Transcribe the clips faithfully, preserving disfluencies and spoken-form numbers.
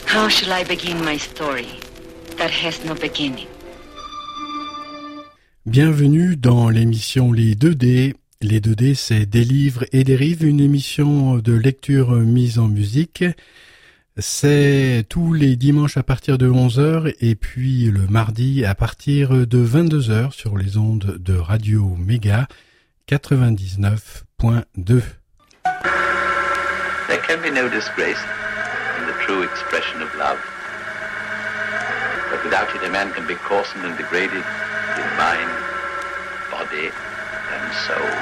How shall I begin my story that has no beginning? Bienvenue dans l'émission Les deux D. Les deux D, c'est Des livres et des rives, une émission de lecture mise en musique. C'est tous les dimanches à partir de onze heures et puis le mardi à partir de vingt-deux heures sur les ondes de Radio Méga quatre-vingt-dix-neuf point deux. There can be no disgrace in the true expression of love. But without it a man can be coarsened and degraded in mind, body and soul.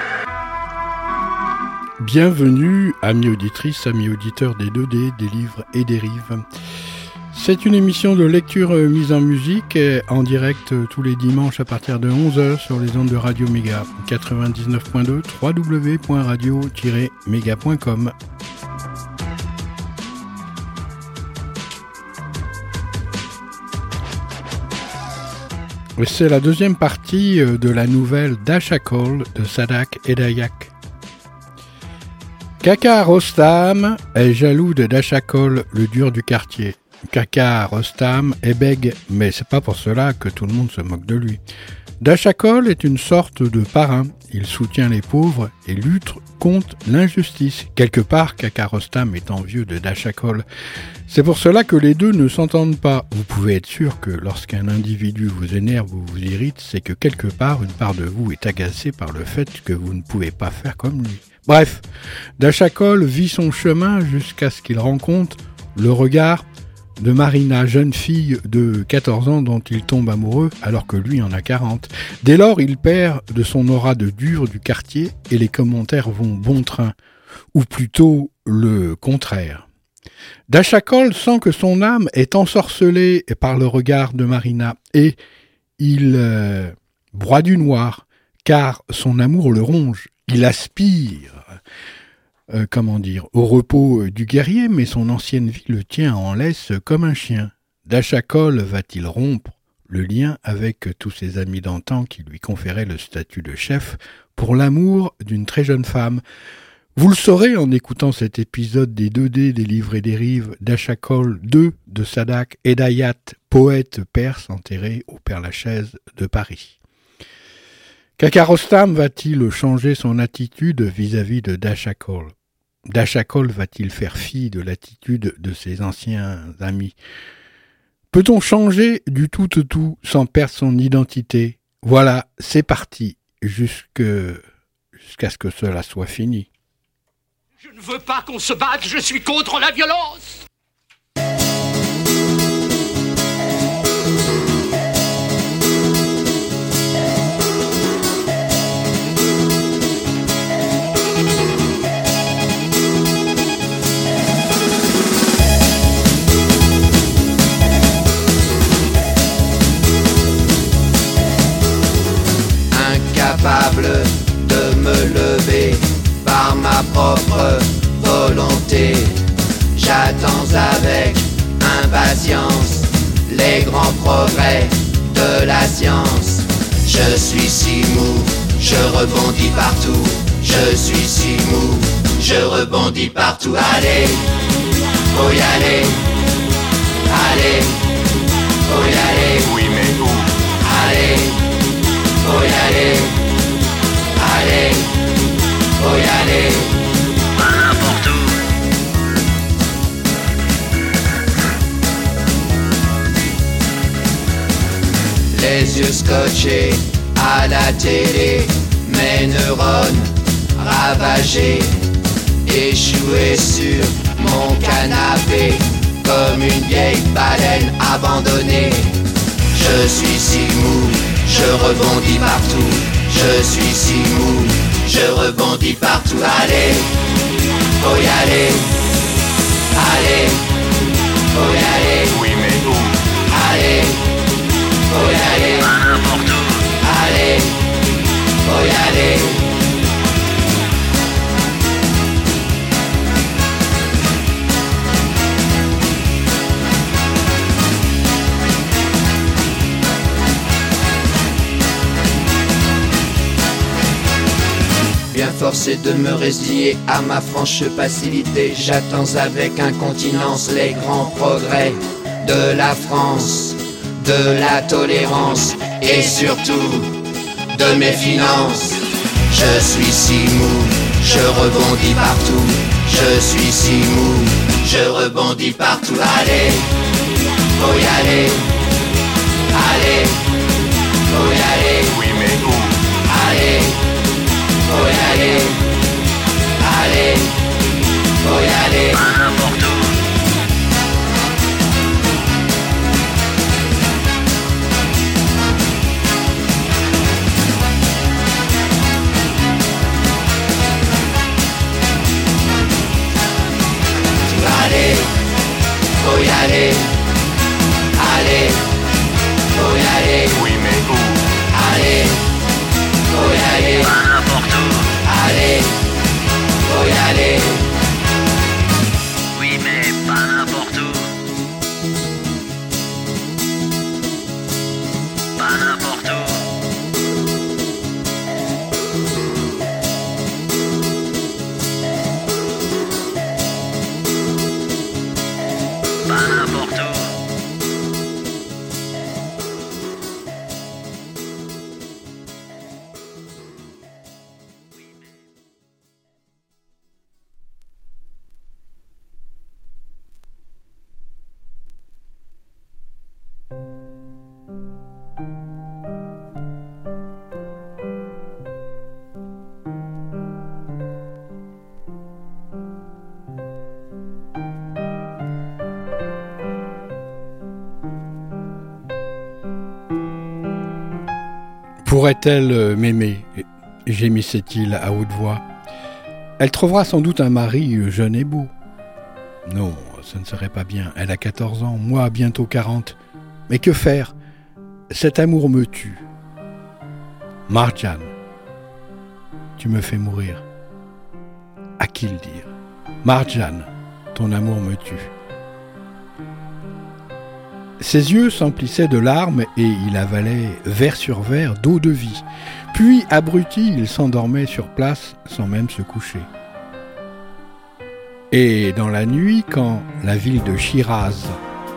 Bienvenue, amis auditrices, amis auditeurs des deux D, des livres et des rives. C'est une émission de lecture mise en musique en direct tous les dimanches à partir de onze heures sur les ondes de Radio Méga quatre-vingt-dix-neuf point deux, w w w point radio tiret méga point com. C'est la deuxième partie de la nouvelle Dasha Cole de Sadak Hedayat. Kaka Rostam est jaloux de Dasha Cole, le dur du quartier. Kaka Rostam est bègue, mais c'est pas pour cela que tout le monde se moque de lui. Dasha Cole est une sorte de parrain. Il soutient les pauvres et lutte contre l'injustice. Quelque part, Kaka Rostam est envieux de Dasha Cole. C'est pour cela que les deux ne s'entendent pas. Vous pouvez être sûr que lorsqu'un individu vous énerve ou vous irrite, c'est que quelque part, une part de vous est agacée par le fait que vous ne pouvez pas faire comme lui. Bref, Dasha Cole vit son chemin jusqu'à ce qu'il rencontre le regard de Marina, jeune fille de quatorze ans dont il tombe amoureux alors que lui en a quarante. Dès lors, il perd de son aura de dur du quartier et les commentaires vont bon train, ou plutôt le contraire. Dasha Cole sent que son âme est ensorcelée par le regard de Marina et il euh, broie du noir car son amour le ronge. Il aspire Euh, comment dire, au repos du guerrier, mais son ancienne vie le tient en laisse comme un chien. Dasha Cole va-t-il rompre le lien avec tous ses amis d'antan qui lui conféraient le statut de chef pour l'amour d'une très jeune femme? Vous le saurez en écoutant cet épisode des deux D des livres et des rives, Dasha Cole deux de Sadak Hedayat, poète perse enterré au Père-Lachaise de Paris. Kaka Rostam va-t-il changer son attitude vis-à-vis de Dasha Cole? Dasha Cole va-t-il faire fi de l'attitude de ses anciens amis? Peut-on changer du tout au tout sans perdre son identité? Voilà, c'est parti, jusque... jusqu'à ce que cela soit fini. Je ne veux pas qu'on se batte, je suis contre la violence! Incapable de me lever par ma propre volonté, j'attends avec impatience les grands progrès de la science. Je suis si mou, je rebondis partout. Je suis si mou, je rebondis partout. Allez, faut y aller. Allez, faut y aller. Oui, mais où? Allez, faut y aller. Allez, faut y aller. N'importe où. Les yeux scotchés à la télé, mes neurones ravagés, échoués sur mon canapé, comme une vieille baleine abandonnée. Je suis si mou, je rebondis partout. Je suis si mou, je rebondis partout. Allez, faut y aller. Allez, faut y aller. Oui, mais où? Allez, faut y aller. N'importe où. Allez, faut y aller. forcé de me résigner à ma franche passivité. J'attends avec incontinence les grands progrès de la France, de la tolérance et surtout de mes finances. Je suis si mou, je rebondis partout. Je suis si mou, je rebondis partout. Allez, faut y aller. Allez, faut y aller. Oui, mais où? Allez, faut y aller. Allez, faut y aller. Pas n'importe où. Allez, faut y aller. Allez, faut y aller. Oui, mais où? Allez, faut y aller. Pas n'importe où. Allez, faut y aller. Oui, mais pas n'importe où. Pas n'importe où. Pas n'importe où. Pourrait-elle m'aimer ? Gémissait-il à haute voix. Elle trouvera sans doute un mari jeune et beau. Non, ce ne serait pas bien. Elle a quatorze ans, moi bientôt quarante. Mais que faire ? Cet amour me tue. Marjane, tu me fais mourir. À qui le dire ? Marjane, ton amour me tue. Ses yeux s'emplissaient de larmes et il avalait vers sur vers d'eau de vie. Puis, abruti, il s'endormait sur place sans même se coucher. Et dans la nuit, quand la ville de Shiraz,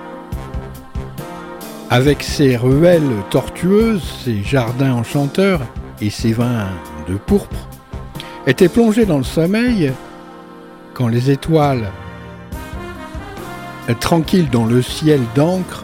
avec ses ruelles tortueuses, ses jardins enchanteurs et ses vins de pourpre, était plongée dans le sommeil, quand les étoiles, tranquilles dans le ciel d'encre,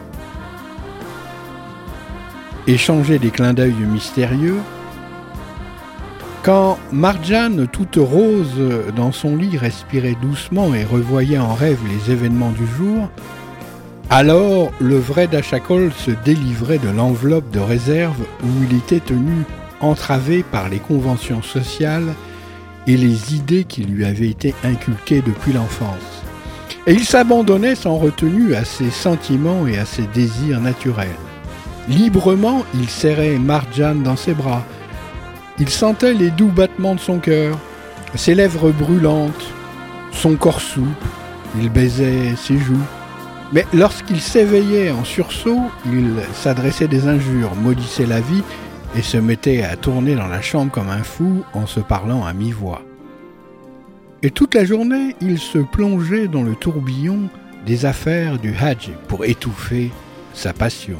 échanger des clins d'œil mystérieux, quand Marjane, toute rose dans son lit, respirait doucement et revoyait en rêve les événements du jour, alors le vrai Dashakol se délivrait de l'enveloppe de réserve où il était tenu entravé par les conventions sociales et les idées qui lui avaient été inculquées depuis l'enfance. Et il s'abandonnait sans retenue à ses sentiments et à ses désirs naturels. Librement, il serrait Marjane dans ses bras. Il sentait les doux battements de son cœur, ses lèvres brûlantes, son corps souple. Il baisait ses joues. Mais lorsqu'il s'éveillait en sursaut, il s'adressait des injures, maudissait la vie et se mettait à tourner dans la chambre comme un fou en se parlant à mi-voix. Et toute la journée, il se plongeait dans le tourbillon des affaires du Hajj pour étouffer sa passion.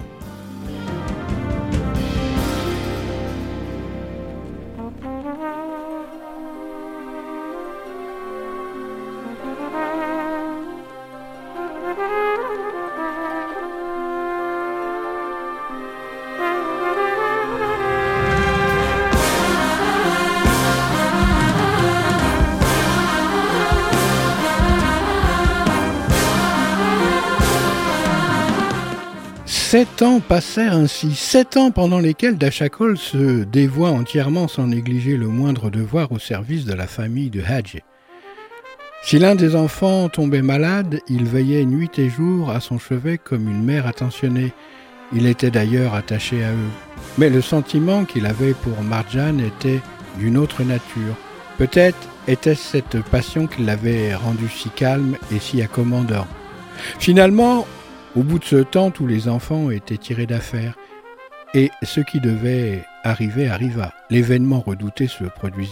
Sept ans passèrent ainsi, sept ans pendant lesquels Dashakol se dévoua entièrement sans négliger le moindre devoir au service de la famille de Hajj. Si l'un des enfants tombait malade, il veillait nuit et jour à son chevet comme une mère attentionnée. Il était d'ailleurs attaché à eux. Mais le sentiment qu'il avait pour Marjane était d'une autre nature. Peut-être était-ce cette passion qui l'avait rendu si calme et si accommodant. Finalement, au bout de ce temps, tous les enfants étaient tirés d'affaire, et ce qui devait arriver arriva. L'événement redouté se produisit,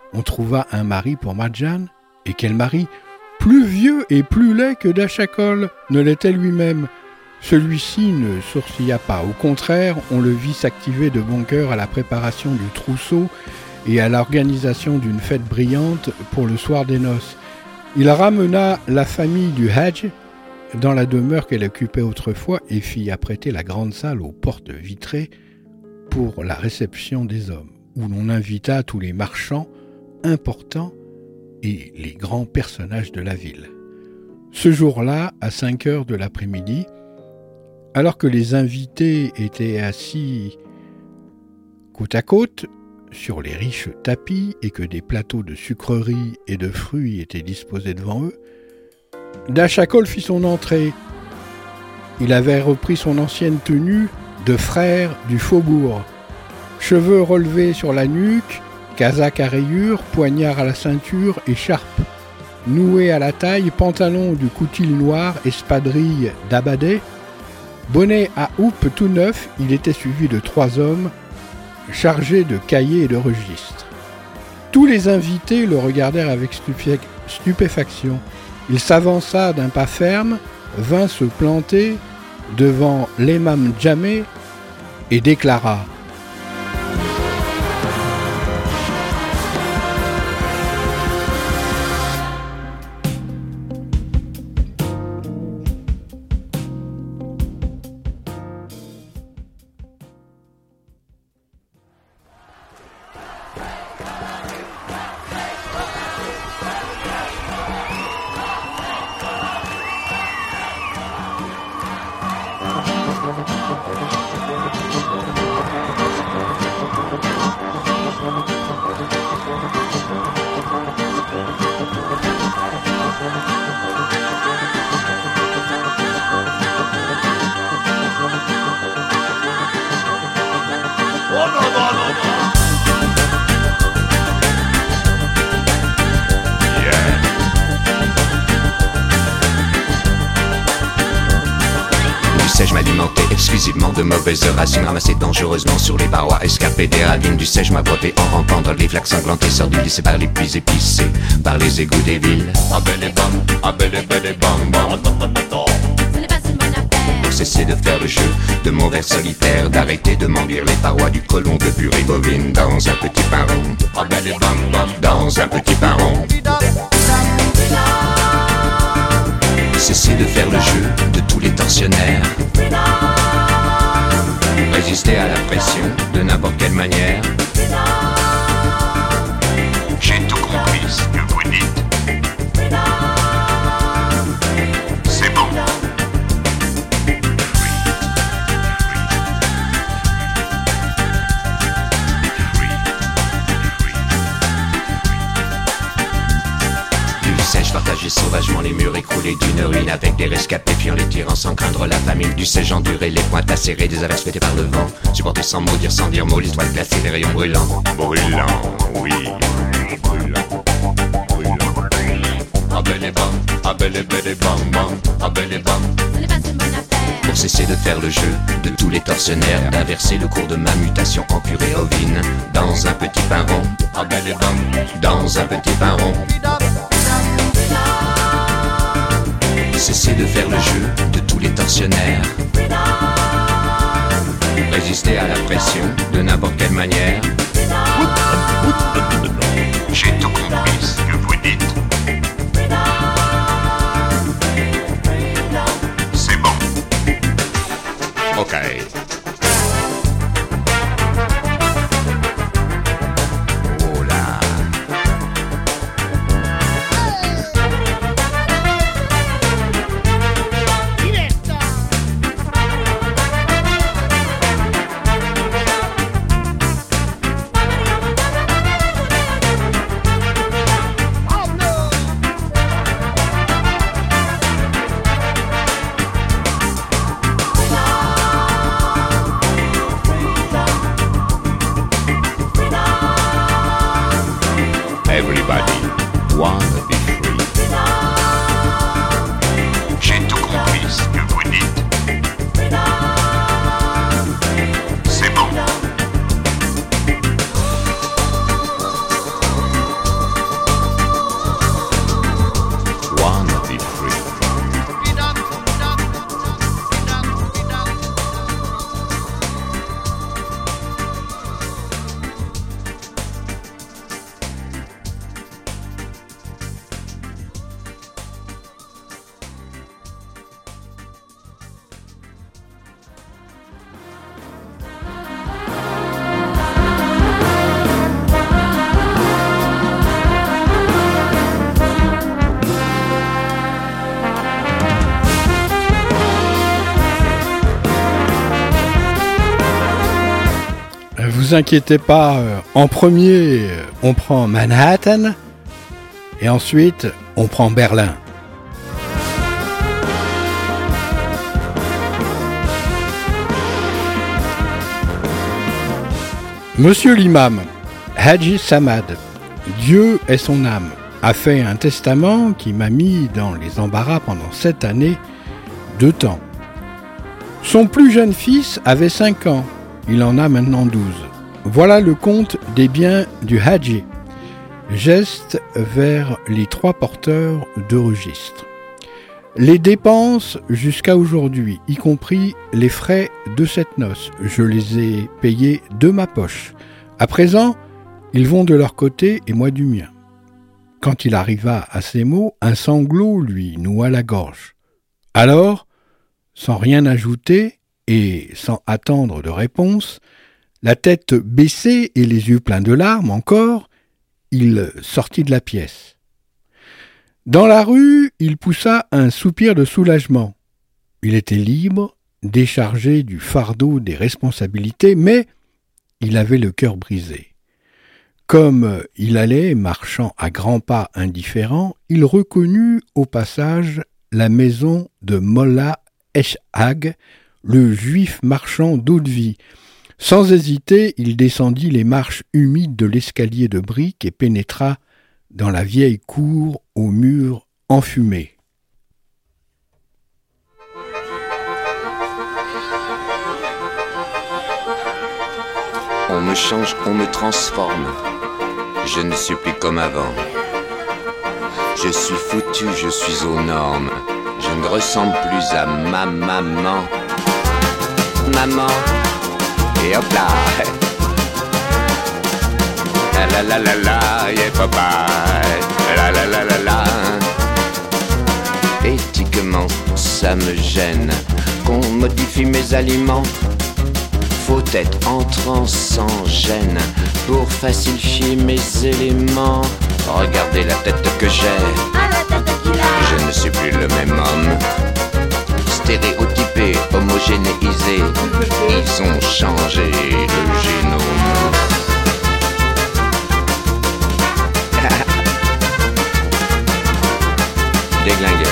on trouva un mari pour Marjan. Et quel mari! Plus vieux et plus laid que Dashakol ne l'était lui-même. Celui-ci ne sourcilla pas. Au contraire, on le vit s'activer de bon cœur à la préparation du trousseau et à l'organisation d'une fête brillante pour le soir des noces. Il ramena la famille du Hadj dans la demeure qu'elle occupait autrefois et fit apprêter la grande salle aux portes vitrées pour la réception des hommes, où l'on invita tous les marchands importants et les grands personnages de la ville. Ce jour-là, à cinq heures de l'après-midi, alors que les invités étaient assis côte à côte sur les riches tapis et que des plateaux de sucreries et de fruits étaient disposés devant eux, Dashakol fit son entrée. Il avait repris son ancienne tenue de frère du faubourg, cheveux relevés sur la nuque, casaque à rayures, poignard à la ceinture, écharpe nouée à la taille, pantalon du coutil noir, espadrille d'abadet, bonnet à houppe tout neuf. Il était suivi de trois hommes chargés de cahiers et de registres. Tous les invités le regardèrent avec stupé- stupéfaction. Il s'avança d'un pas ferme, vint se planter devant l'imam Jamé et déclara: Sais-je m'alimenter exclusivement de mauvaises racines ramassées dangereusement sur les parois escarpées des ravines? Du sais-je m'abreuver en rampant dans les flaques sanglantes et sorties lycées par les puits épicés, par les égouts des villes? Ah bel et bam, ah bel et bel et bam bam. Ce n'est pas une bonne affaire. Pour cesser de faire le jeu de mon vers solitaire, d'arrêter de m'enduire les parois du colon de purée bovine dans un petit pain rond. Ah bel et bam bam, dans un petit pain rond. Cesser de faire le jeu de tous les tortionnaires, résister à la pression de n'importe quelle manière. J'ai tout compris ce que vous dites. C'est bon. Sais-je partager sauvagement les murs écroulés d'une ruine avec des rescapés fuyant les tyrans sans craindre la famine? Du sais-je endurer les pointes acérées des averses fêtées par le vent, supporter sans mot, dire sans dire mot les toiles glacées, les rayons brûlants. Brûlants, oui, brûlants, brûlants. Ah bel et bam, ah bel et bel et bam bam, ah bel et bam. Ce n'est pas une bonne affaire. Pour cesser de faire le jeu de tous les tortionnaires, d'inverser le cours de ma mutation en purée ovine dans un petit pain rond. Ah bel et bam, dans un petit pain rond. Cesser de faire le jeu de tous les tortionnaires, résister à la pression de n'importe quelle manière. J'ai tout compris ce que vous dites. C'est bon. Ok. Oh là. vous inquiétez pas, euh, en premier, euh, on prend Manhattan, et ensuite, on prend Berlin. Monsieur l'imam, Haji Samad, Dieu est son âme, a fait un testament qui m'a mis dans les embarras pendant sept années de temps. Son plus jeune fils avait cinq ans, il en a maintenant douze. Voilà le compte des biens du Haji. Geste vers les trois porteurs de registre. Les dépenses jusqu'à aujourd'hui, y compris les frais de cette noce, je les ai payés de ma poche. À présent, ils vont de leur côté et moi du mien. Quand il arriva à ces mots, un sanglot lui noua la gorge. Alors, sans rien ajouter et sans attendre de réponse, la tête baissée et les yeux pleins de larmes encore, il sortit de la pièce. Dans la rue, il poussa un soupir de soulagement. Il était libre, déchargé du fardeau des responsabilités, mais il avait le cœur brisé. Comme il allait, marchant à grands pas indifférent, il reconnut au passage la maison de Mollah Eshag, le juif marchand d'eau-de-vie. Sans hésiter, il descendit les marches humides de l'escalier de briques et pénétra dans la vieille cour aux murs enfumés. On me change, on me transforme. Je ne suis plus comme avant. Je suis foutu, je suis aux normes. Je ne ressemble plus à ma maman. Maman, et hop là. La la la la la, yeah papa. La la la la la. Éthiquement, ça me gêne qu'on modifie mes aliments. Faut être entrant sans gêne pour facilifier mes éléments. Regardez la tête que j'ai. Je ne suis plus le même homme. Stéréotypé, homogénéisé, ils ont changé le génome. Déglingué.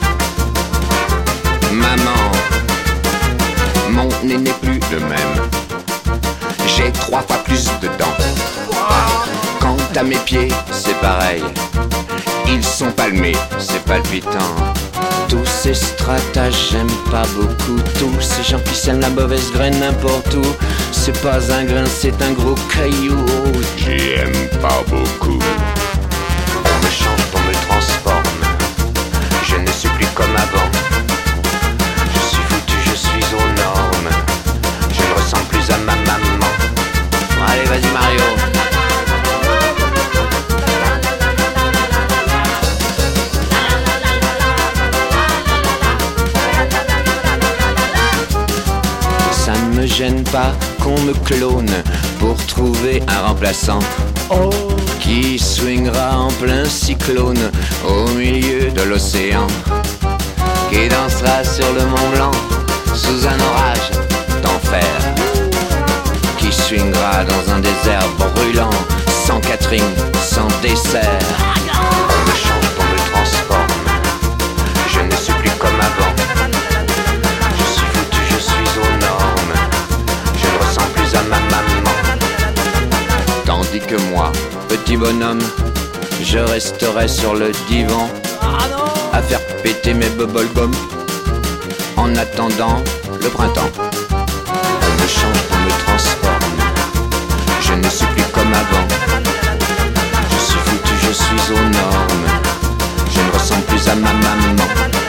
Maman, mon nez n'est plus le même. J'ai trois fois plus de dents. Quant à mes pieds, c'est pareil. Ils sont palmés, c'est palpitant. Tous ces stratagèmes, j'aime pas beaucoup. Tous ces gens qui sèment la mauvaise graine n'importe où. C'est pas un grain, c'est un gros caillou. J'y aime pas beaucoup. On me change, on me transforme. Je ne suis plus comme avant. Je suis foutu, je suis aux normes. Je ne ressemble plus à ma maman. Bon, allez, vas-y Mario. Ça ne me gêne pas qu'on me clone pour trouver un remplaçant. Oh, qui swingera en plein cyclone au milieu de l'océan, qui dansera sur le Mont Blanc sous un orage d'enfer, qui swingera dans un désert brûlant, sans Catherine, sans dessert. On me change, on me transforme. Je ne suis plus comme avant. Je suis foutu, je suis aux normes. Je ne ressemble plus à ma maman. Tandis que moi, petit bonhomme, je resterai sur le divan à faire péter mes bubble gum en attendant le printemps. On me change, on me transforme. Je ne suis plus comme avant. Je suis foutu, je suis aux normes. Je ne ressemble plus à ma maman.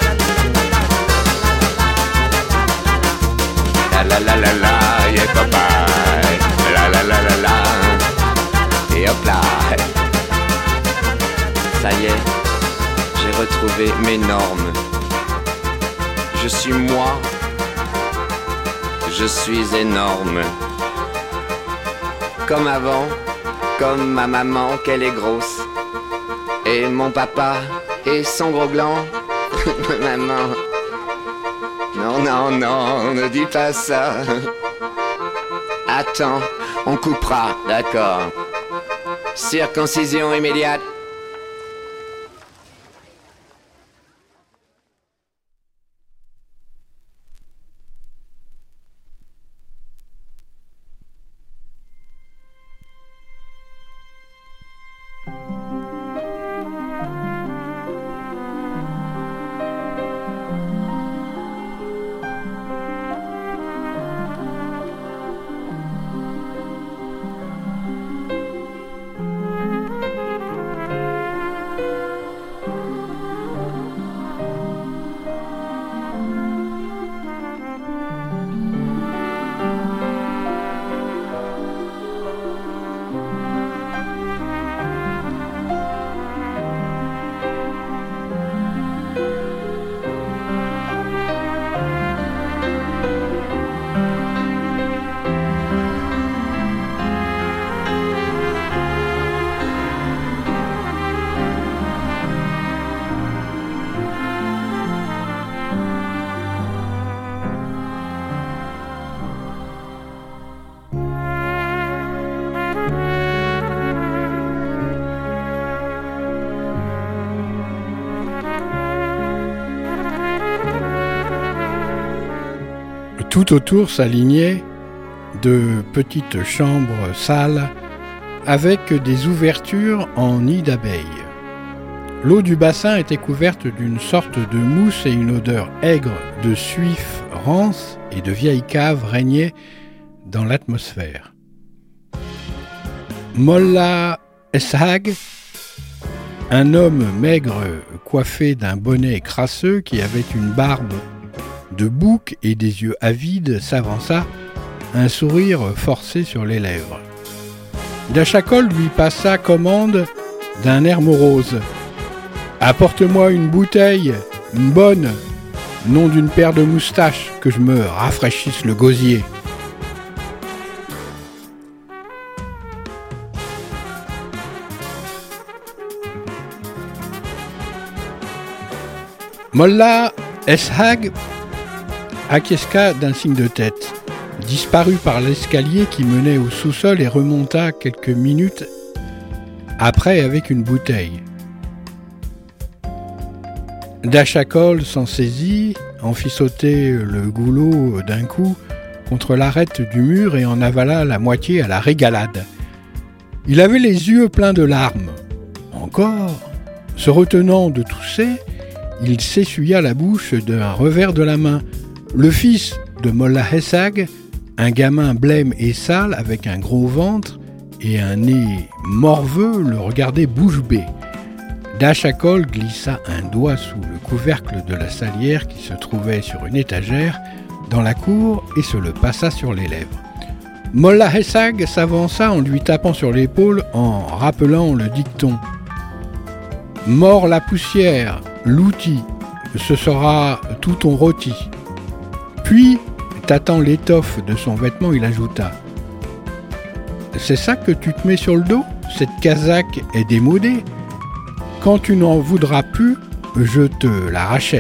La la la la la, yeah papa. La la la la la. Et hop là. Ça y est, j'ai retrouvé mes normes. Je suis moi. Je suis énorme. Comme avant, comme ma maman qu'elle est grosse. Et mon papa et son gros gland. Maman. Non, non, non, ne dis pas ça. Attends, On coupera, d'accord. Circoncision immédiate. Tout autour s'alignaient de petites chambres sales avec des ouvertures en nid d'abeilles. L'eau du bassin était couverte d'une sorte de mousse et une odeur aigre de suif rance et de vieille cave régnait dans l'atmosphère. Mollah Eshag, un homme maigre coiffé d'un bonnet crasseux qui avait une barbe de bouc et des yeux avides, s'avança, un sourire forcé sur les lèvres. Dachakol lui passa commande d'un air morose. « Apporte-moi une bouteille, une bonne, non d'une paire de moustaches, que je me rafraîchisse le gosier. » Mollah Eshag acquiesça d'un signe de tête, disparut par l'escalier qui menait au sous-sol et remonta quelques minutes après avec une bouteille. Dachakol s'en saisit, en fit sauter le goulot d'un coup contre l'arête du mur et en avala la moitié à la régalade. Il avait les yeux pleins de larmes. Encore, se retenant de tousser, il s'essuya la bouche d'un revers de la main. Le fils de Mollah Eshag, un gamin blême et sale avec un gros ventre et un nez morveux, le regardait bouche bée. Dachakol glissa un doigt sous le couvercle de la salière qui se trouvait sur une étagère dans la cour et se le passa sur les lèvres. Mollah Eshag s'avança en lui tapant sur l'épaule en rappelant le dicton. « Mors la poussière, l'outil, ce sera tout ton rôti. » Puis, tâtant l'étoffe de son vêtement, il ajouta « C'est ça que tu te mets sur le dos ? Cette casaque est démodée. Quand tu n'en voudras plus, je te la rachète. »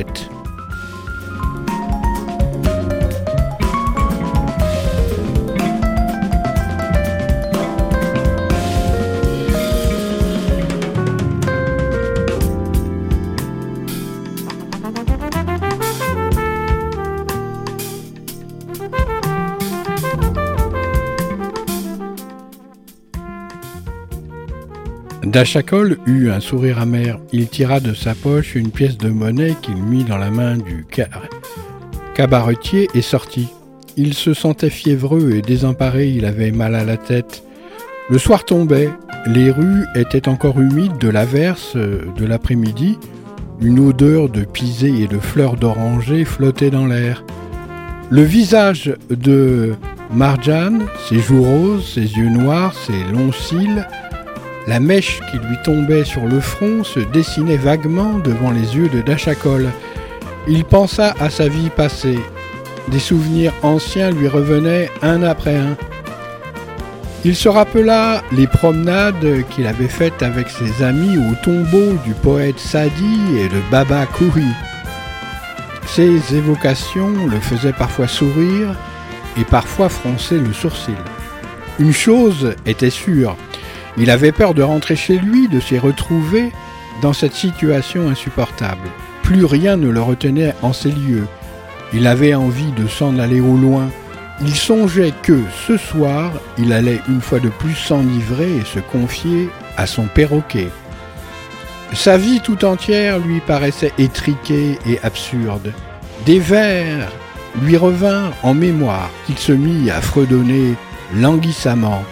Dachakol eut un sourire amer. Il tira de sa poche une pièce de monnaie qu'il mit dans la main du cabaretier et sortit. Il se sentait fiévreux et désemparé, il avait mal à la tête. Le soir tombait, les rues étaient encore humides de l'averse de l'après-midi. Une odeur de pisé et de fleurs d'oranger flottait dans l'air. Le visage de Marjan, ses joues roses, ses yeux noirs, ses longs cils, la mèche qui lui tombait sur le front se dessinait vaguement devant les yeux de Dachakol. Il pensa à sa vie passée. Des souvenirs anciens lui revenaient un après un. Il se rappela les promenades qu'il avait faites avec ses amis au tombeau du poète Sadi et de Baba Kouri. Ces évocations le faisaient parfois sourire et parfois froncer le sourcil. Une chose était sûre, il avait peur de rentrer chez lui, de s'y retrouver dans cette situation insupportable. Plus rien ne le retenait en ces lieux. Il avait envie de s'en aller au loin. Il songeait que, ce soir, il allait une fois de plus s'enivrer et se confier à son perroquet. Sa vie tout entière lui paraissait étriquée et absurde. Des vers lui revinrent en mémoire qu'il se mit à fredonner languissamment.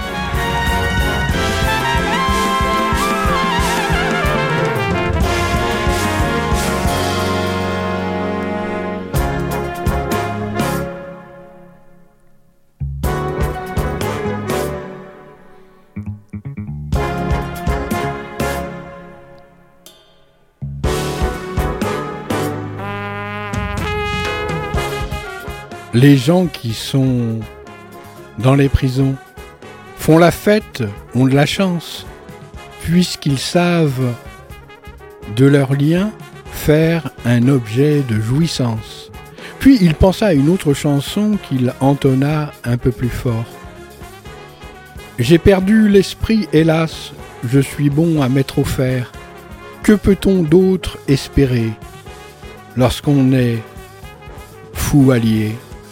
Les gens qui sont dans les prisons font la fête, ont de la chance, puisqu'ils savent de leur lien faire un objet de jouissance. Puis il pensa à une autre chanson qu'il entonna un peu plus fort. J'ai perdu l'esprit, hélas, je suis bon à mettre au fer. Que peut-on d'autre espérer lorsqu'on est fou allié ?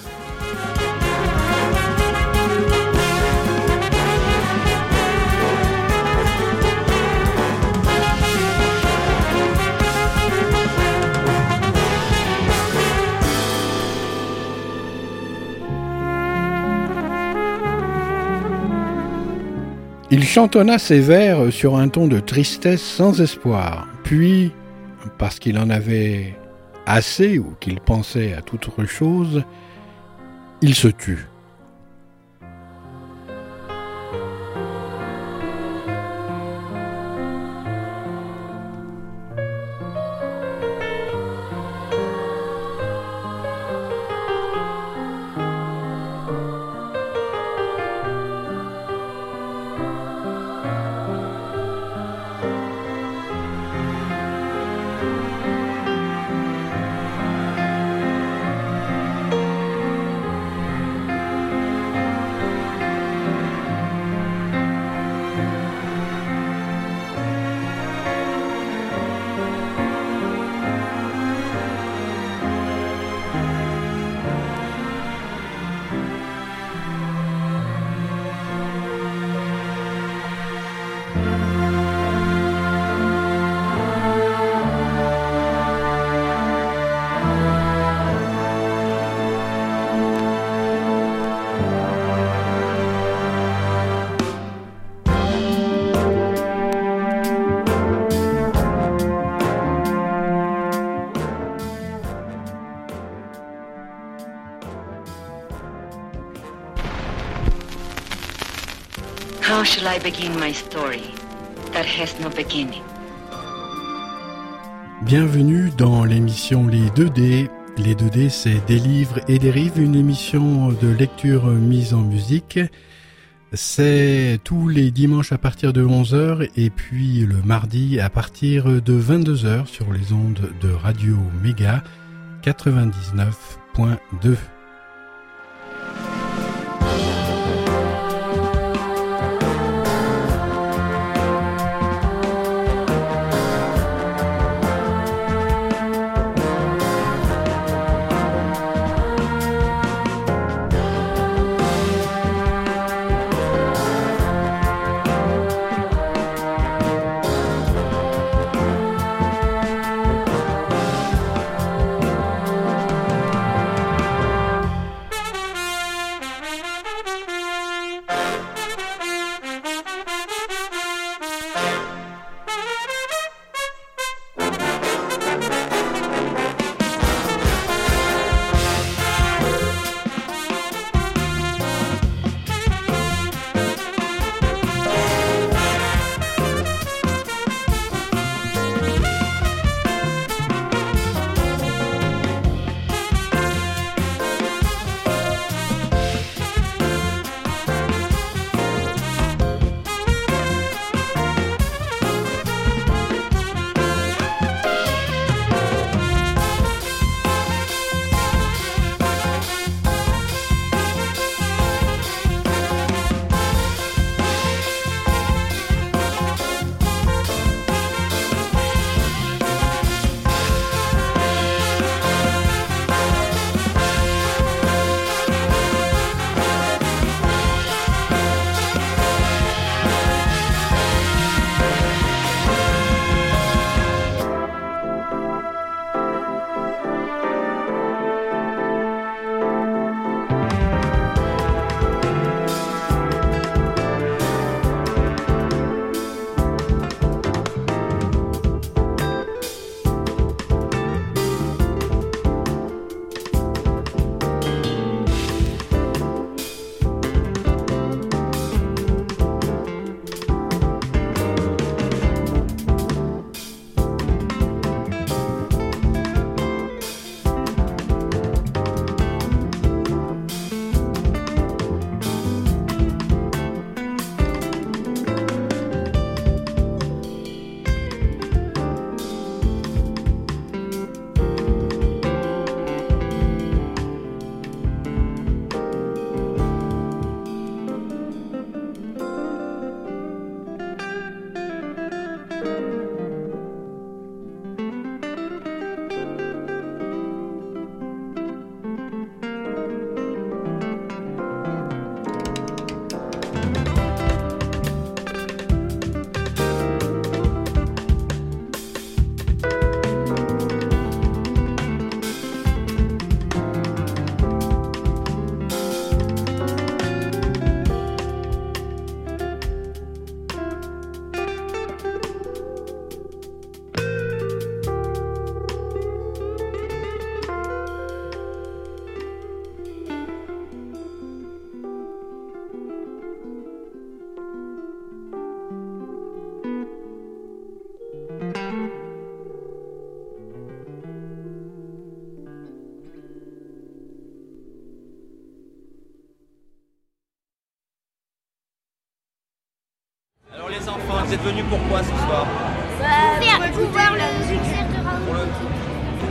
Il chantonna ses vers sur un ton de tristesse sans espoir. Puis, parce qu'il en avait assez ou qu'il pensait à toute autre chose, il se tut. How shall I begin my story that has no beginning? Bienvenue dans l'émission Les deux D. Les deux D, c'est Des livres et des rives, une émission de lecture mise en musique. C'est tous les dimanches à partir de onze heures et puis le mardi à partir de vingt-deux heures sur les ondes de Radio Méga quatre-vingt-dix-neuf point deux.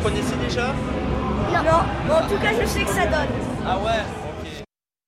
connaissez déjà? Non, non. Bon, en tout cas, je sais que ça donne. Ah ouais, ok.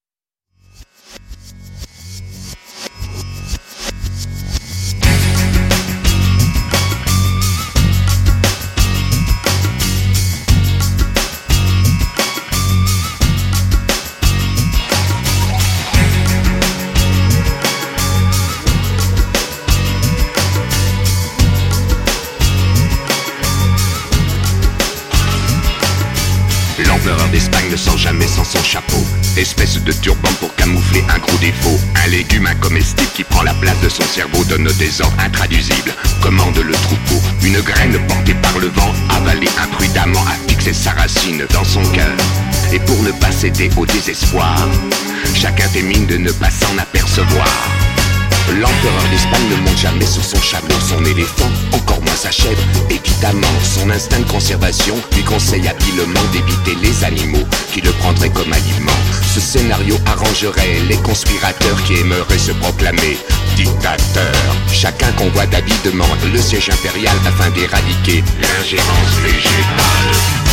L'empereur d'Espagne ne sort jamais sans son chapeau. Espèce de turban pour camoufler un gros défaut. Un légume incomestible qui prend la place de son cerveau. Donne des ordres intraduisibles, commande le troupeau. Une graine portée par le vent, avalée imprudemment, a fixé sa racine dans son cœur. Et pour ne pas céder au désespoir, chacun témine de ne pas s'en apercevoir. L'empereur d'Espagne ne monte jamais sur son chameau, son éléphant, encore moins sa chèvre. Évidemment, son instinct de conservation lui conseille habilement d'éviter les animaux qui le prendraient comme aliment. Ce scénario arrangerait les conspirateurs qui aimeraient se proclamer dictateurs. Chacun convoite avidement le siège impérial afin d'éradiquer l'ingérence végétale.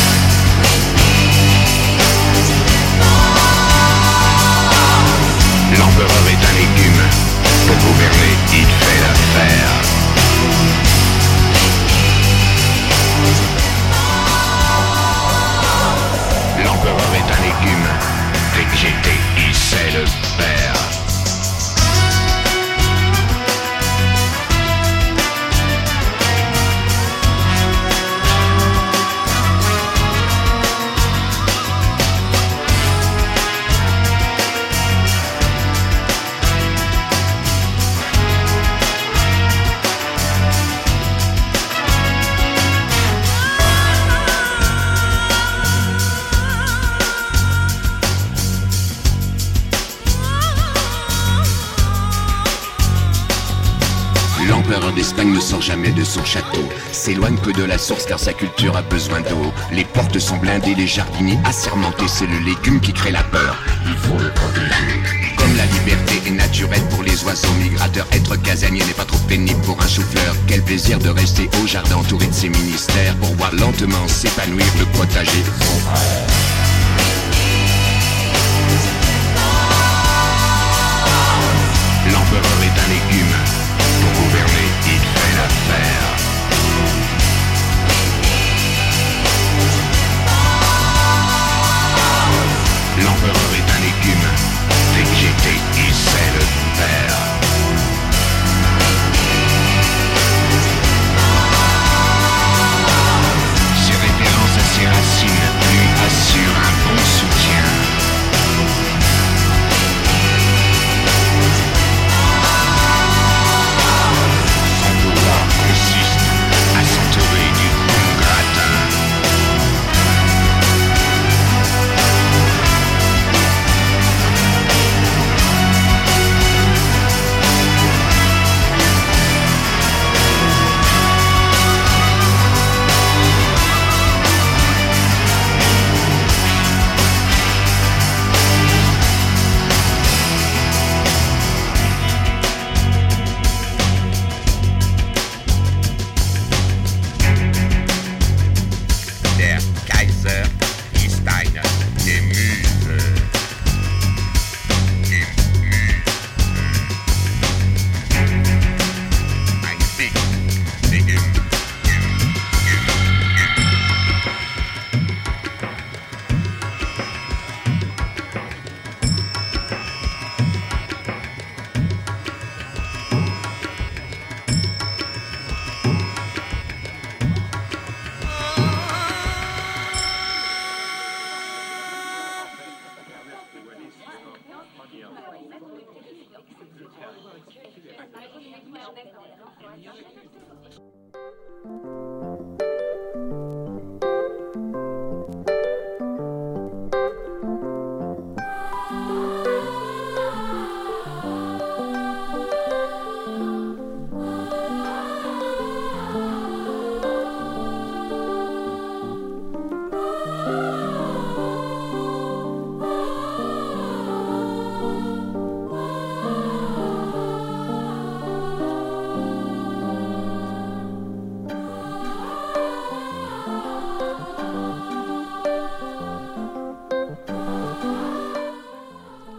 L'empereur est un légume. Pour gouverner, il fait l'affaire. L'empereur est un légume. Végété, il sait le faire. L'empereur d'Espagne ne sort jamais de son château, s'éloigne peu de la source car sa culture a besoin d'eau. Les portes sont blindées, les jardiniers assermentés, c'est le légume qui crée la peur. Il faut le protéger. Comme la liberté est naturelle pour les oiseaux migrateurs, être casanier n'est pas trop pénible pour un chou-fleur. Quel plaisir de rester au jardin entouré de ses ministères pour voir lentement s'épanouir le potager. L'empereur est un légume. Pour gouverner, il fait l'affaire. L'empereur est un légume. Végété, il sait le faire. Ses références à ses racines lui assurent un bon soutien.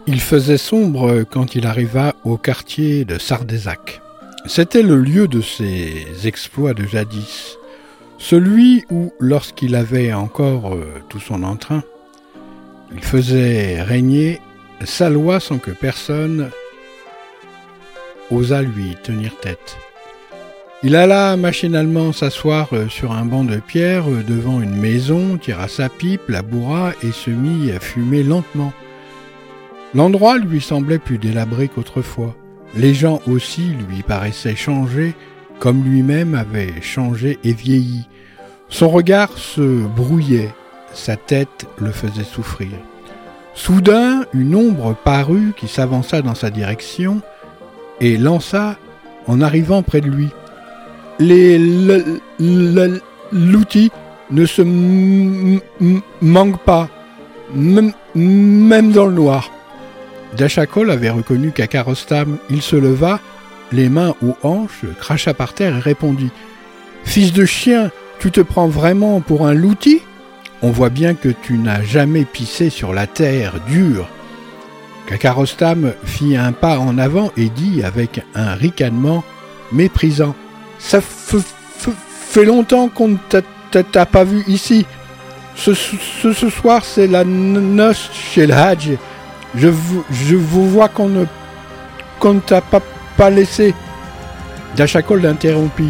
Il faisait sombre quand il arriva au quartier de Sardaisac. C'était le lieu de ses exploits de jadis, celui où, lorsqu'il avait encore euh, tout son entrain, il faisait régner sa loi sans que personne osât lui tenir tête. Il alla machinalement s'asseoir sur un banc de pierre devant une maison, tira sa pipe, la bourra et se mit à fumer lentement. L'endroit lui semblait plus délabré qu'autrefois. Les gens aussi lui paraissaient changés, comme lui-même avait changé et vieilli. Son regard se brouillait, sa tête le faisait souffrir. Soudain, une ombre parut qui s'avança dans sa direction et lança en arrivant près de lui. Les l- l- l'outil ne se m- m- manque pas, m- même dans le noir. Dashakol avait reconnu Kakarostam. Il se leva, les mains aux hanches, cracha par terre et répondit « Fils de chien, tu te prends vraiment pour un louti ? On voit bien que tu n'as jamais pissé sur la terre dure. » Kakarostam fit un pas en avant et dit avec un ricanement méprisant « Ça f- f- fait longtemps qu'on ne t'a, t'a, t'a pas vu ici. Ce, ce, ce soir, c'est la noce chez le Hadj. Je, je vous vois qu'on ne, qu'on ne t'a pas, pas laissé. » Dashakol l'interrompit.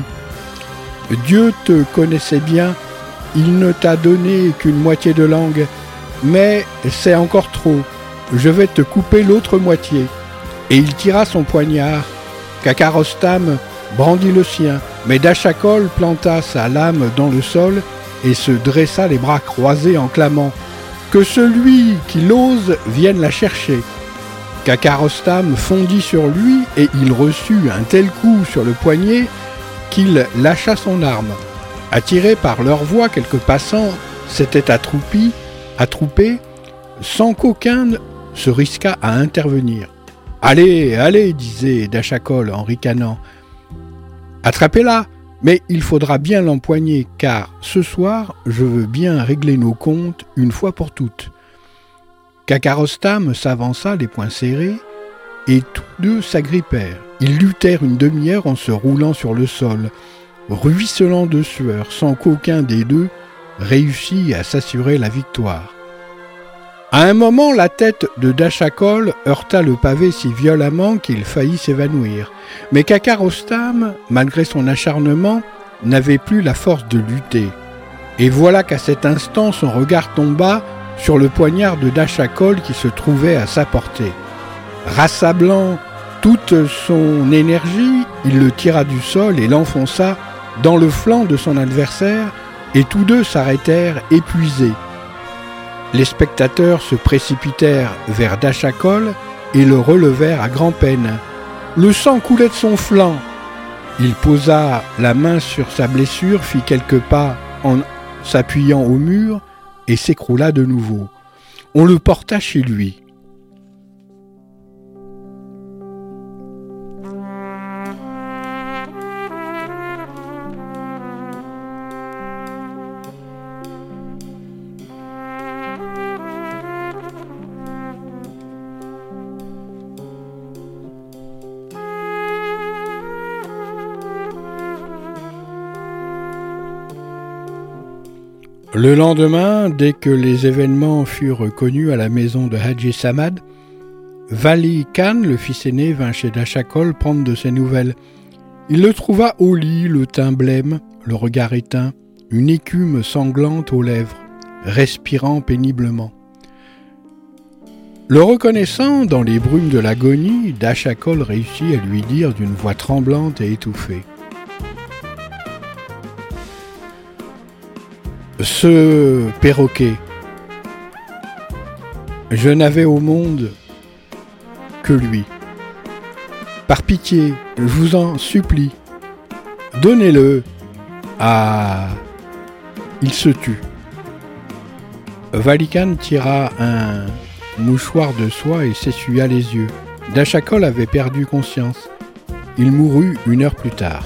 « Dieu te connaissait bien. Il ne t'a donné qu'une moitié de langue. Mais c'est encore trop. Je vais te couper l'autre moitié. » Et il tira son poignard. Kakarostam brandit le sien, mais Dashakol planta sa lame dans le sol et se dressa les bras croisés en clamant « Que celui qui l'ose vienne la chercher !» Kakarostam fondit sur lui et il reçut un tel coup sur le poignet qu'il lâcha son arme. Attirés par leur voix, quelques passants s'étaient attroupis, attroupés, sans qu'aucun se risquât à intervenir. « Allez, allez !» disait Dashakol en ricanant. « Attrapez-la, mais il faudra bien l'empoigner, car ce soir, je veux bien régler nos comptes une fois pour toutes. » Kakarostam s'avança les poings serrés, et tous deux s'agrippèrent. Ils luttèrent une demi-heure en se roulant sur le sol, ruisselant de sueur, sans qu'aucun des deux réussît à s'assurer la victoire. À un moment, la tête de Dashakol heurta le pavé si violemment qu'il faillit s'évanouir. Mais Kakarostam, malgré son acharnement, n'avait plus la force de lutter. Et voilà qu'à cet instant, son regard tomba sur le poignard de Dashakol qui se trouvait à sa portée. Rassemblant toute son énergie, il le tira du sol et l'enfonça dans le flanc de son adversaire, et tous deux s'arrêtèrent épuisés. Les spectateurs se précipitèrent vers Dashakol et le relevèrent à grand-peine. Le sang coulait de son flanc. Il posa la main sur sa blessure, fit quelques pas en s'appuyant au mur et s'écroula de nouveau. On le porta chez lui. Le lendemain, dès que les événements furent connus à la maison de Hadji Samad, Vali Khan, le fils aîné, vint chez Dashakol prendre de ses nouvelles. Il le trouva au lit, le teint blême, le regard éteint, une écume sanglante aux lèvres, respirant péniblement. Le reconnaissant dans les brumes de l'agonie, Dashakol réussit à lui dire d'une voix tremblante et étouffée: Ce perroquet, je n'avais au monde que lui. Par pitié, je vous en supplie, donnez-le à... Il se tut. Vali Khan tira un mouchoir de soie et s'essuya les yeux. Dashakol avait perdu conscience. Il mourut une heure plus tard.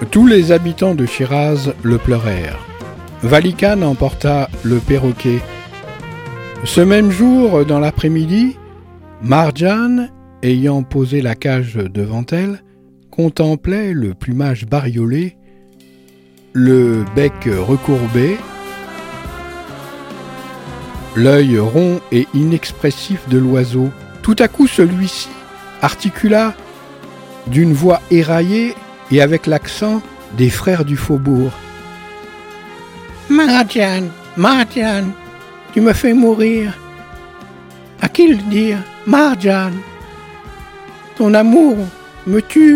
Tous les habitants de Shiraz le pleurèrent. Vali Khan emporta le perroquet. Ce même jour, dans l'après-midi, Marjane, ayant posé la cage devant elle, contemplait le plumage bariolé, le bec recourbé, l'œil rond et inexpressif de l'oiseau. Tout à coup, celui-ci articula d'une voix éraillée et avec l'accent des frères du faubourg. « Marjane, Marjane, tu me fais mourir. À qui le dire, Marjane? Ton amour me tue. »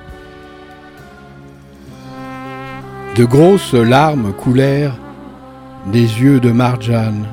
De grosses larmes coulèrent des yeux de Marjane.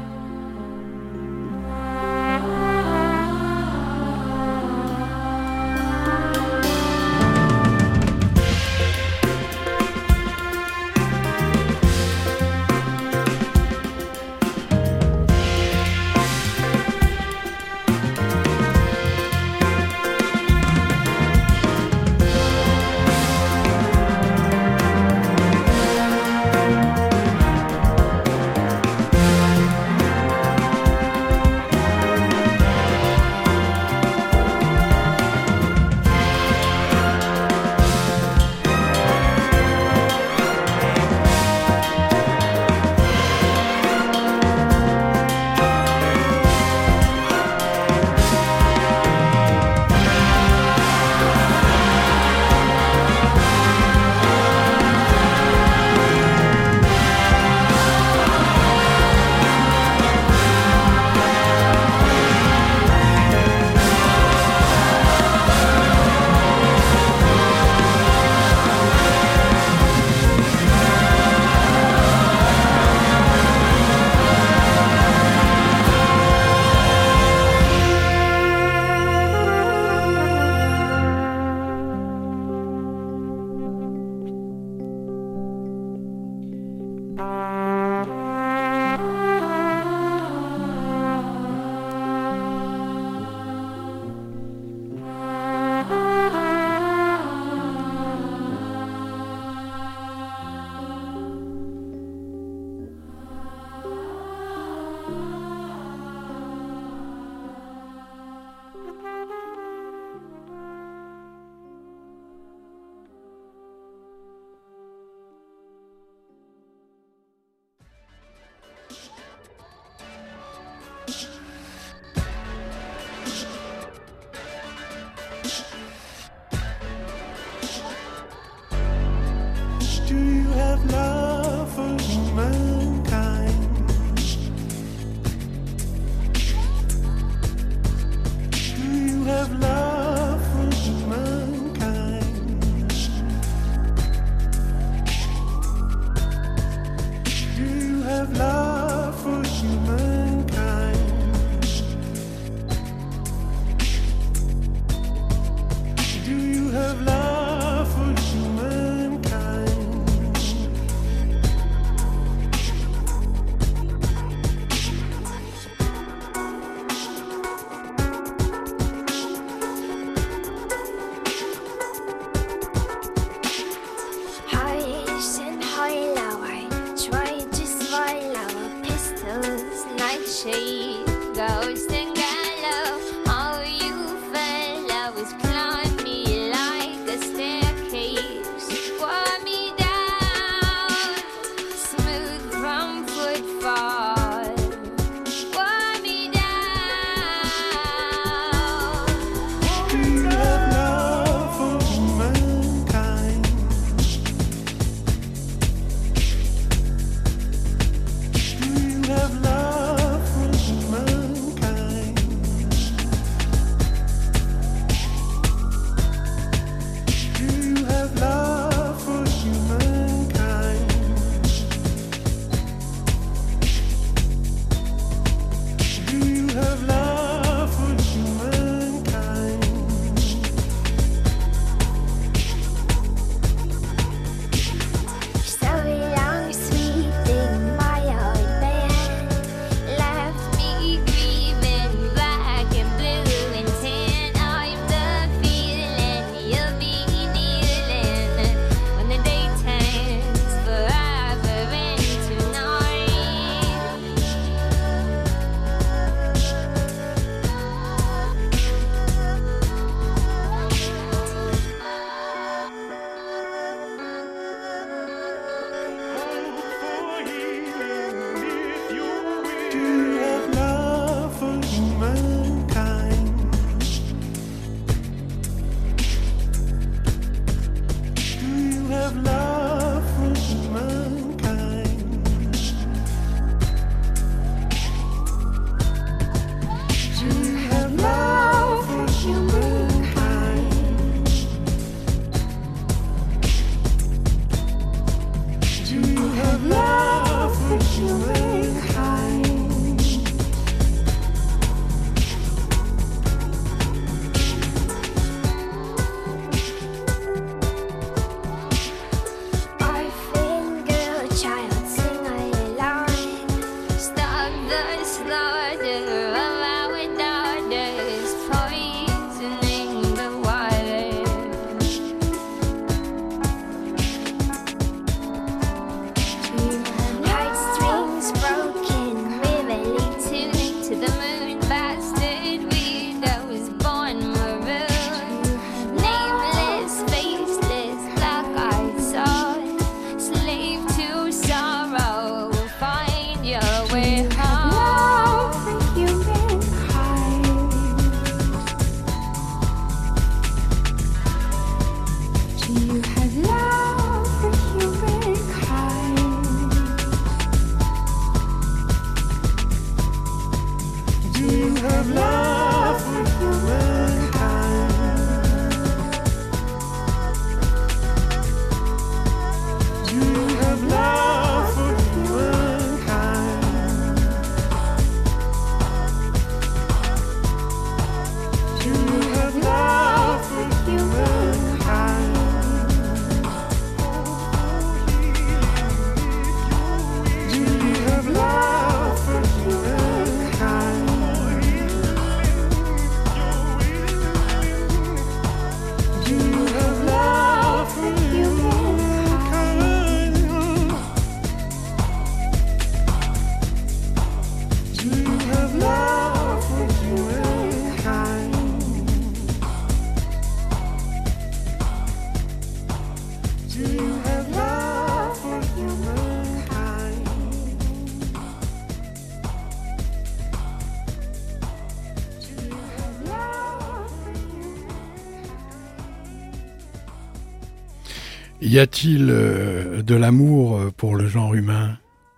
Have love for mankind. Y a-t-il euh, de l'amour pour le genre humain ?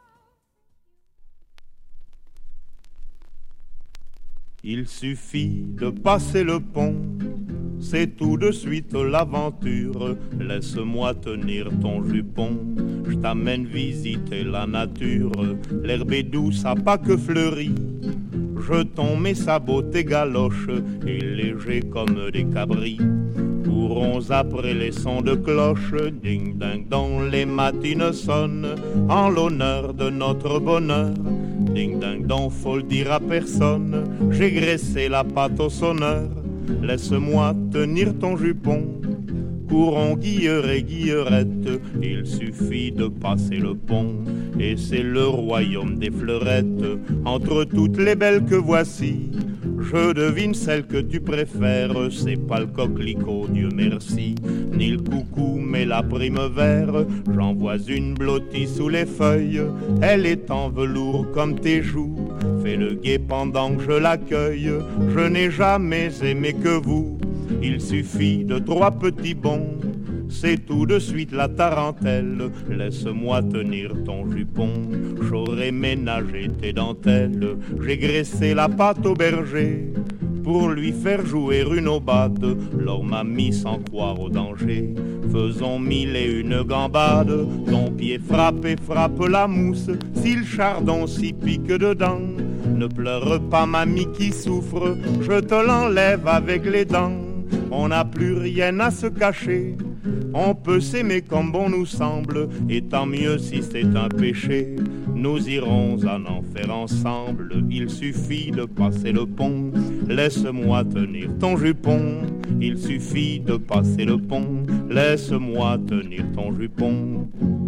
Il suffit de passer le pont, c'est tout de suite l'aventure. Laisse-moi tenir ton jupon, je t'amène visiter la nature. L'herbe est douce à pas que fleurie, jetons mes sabots, tes galoches, et légers comme des cabris. Courons après les sons de cloche, ding-ding dont les matines sonnent, en l'honneur de notre bonheur. Ding-ding dong, faut le dire à personne, j'ai graissé la pâte au sonneur. Laisse-moi tenir ton jupon, courons guilleur et guillerette, il suffit de passer le pont, et c'est le royaume des fleurettes. Entre toutes les belles que voici, je devine celle que tu préfères. C'est pas le coquelicot, Dieu merci, ni le coucou, mais la primevère. J'en vois une blottie sous les feuilles, elle est en velours comme tes joues. Fais le guet pendant que je l'accueille, je n'ai jamais aimé que vous. Il suffit de trois petits bonds, c'est tout de suite la tarentelle. Laisse-moi tenir ton jupon, j'aurais ménagé tes dentelles. J'ai graissé la pâte au berger pour lui faire jouer une aubade. L'or m'a mis sans croire au danger, faisons mille et une gambades. Ton pied frappe et frappe la mousse, si le chardon s'y pique dedans. Ne pleure pas mamie qui souffre, je te l'enlève avec les dents. On n'a plus rien à se cacher, on peut s'aimer comme bon nous semble, et tant mieux si c'est un péché. Nous irons en enfer ensemble, il suffit de passer le pont. Laisse-moi tenir ton jupon, il suffit de passer le pont. Laisse-moi tenir ton jupon.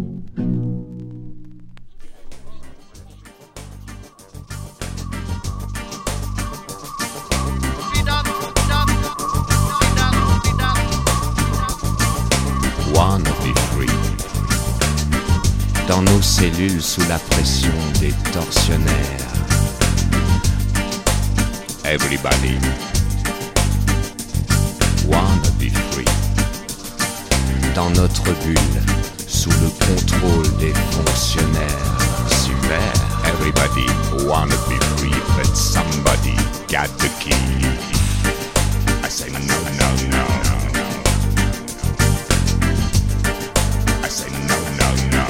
Wanna be free. Dans nos cellules sous la pression des tortionnaires. Everybody Wanna be free. Dans notre bulle, sous le contrôle des fonctionnaires. Super. Everybody wanna be free, but somebody got the key. I say no, no, no. I say no, no, no.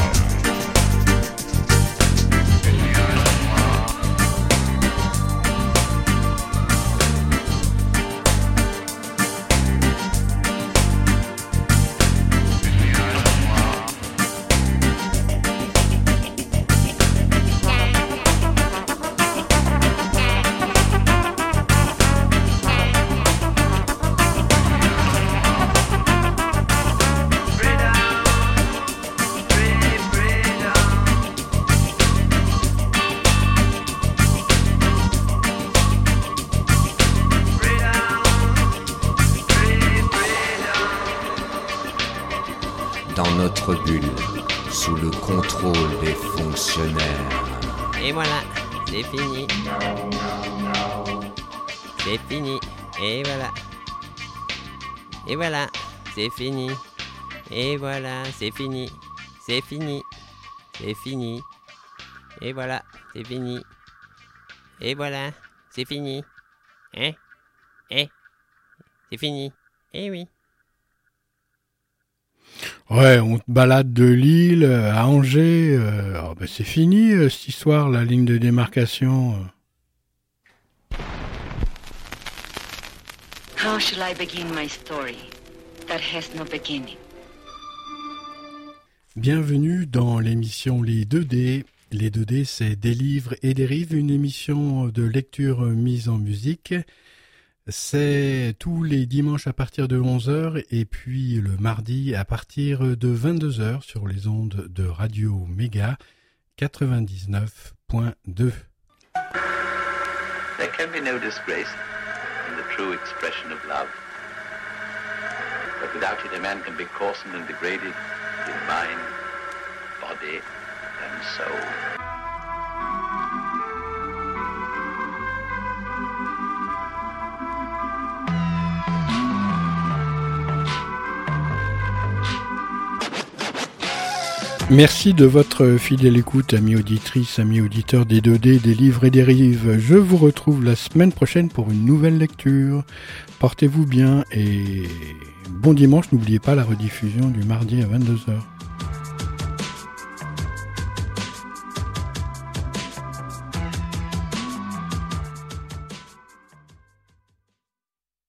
Bulle, sous le contrôle des fonctionnaires. Et voilà, c'est fini. C'est fini. Et voilà. Et voilà, c'est fini. Et voilà, c'est fini. C'est fini. C'est fini. Et voilà, c'est fini. Et voilà, c'est fini. Hein? Eh? C'est fini. Eh oui. Ouais, on te balade de Lille à Angers. Euh, oh ben c'est fini euh, cette histoire, la ligne de démarcation. How shall I begin my story that has no beginning? Bienvenue dans l'émission Les deux D. Les deux D, c'est Des livres et des rives, une émission de lecture mise en musique. C'est tous les dimanches à partir de onze heures et puis le mardi à partir de vingt-deux heures sur les ondes de Radio Méga quatre-vingt-dix-neuf point deux. There can be no disgrace in the true expression of love. But without it a man can be coarsened and degraded in mind, body and soul. Merci de votre fidèle écoute, amis auditrices, amis auditeurs des deux D, des livres et des rives. Je vous retrouve la semaine prochaine pour une nouvelle lecture. Portez-vous bien et bon dimanche. N'oubliez pas la rediffusion du mardi à vingt-deux heures.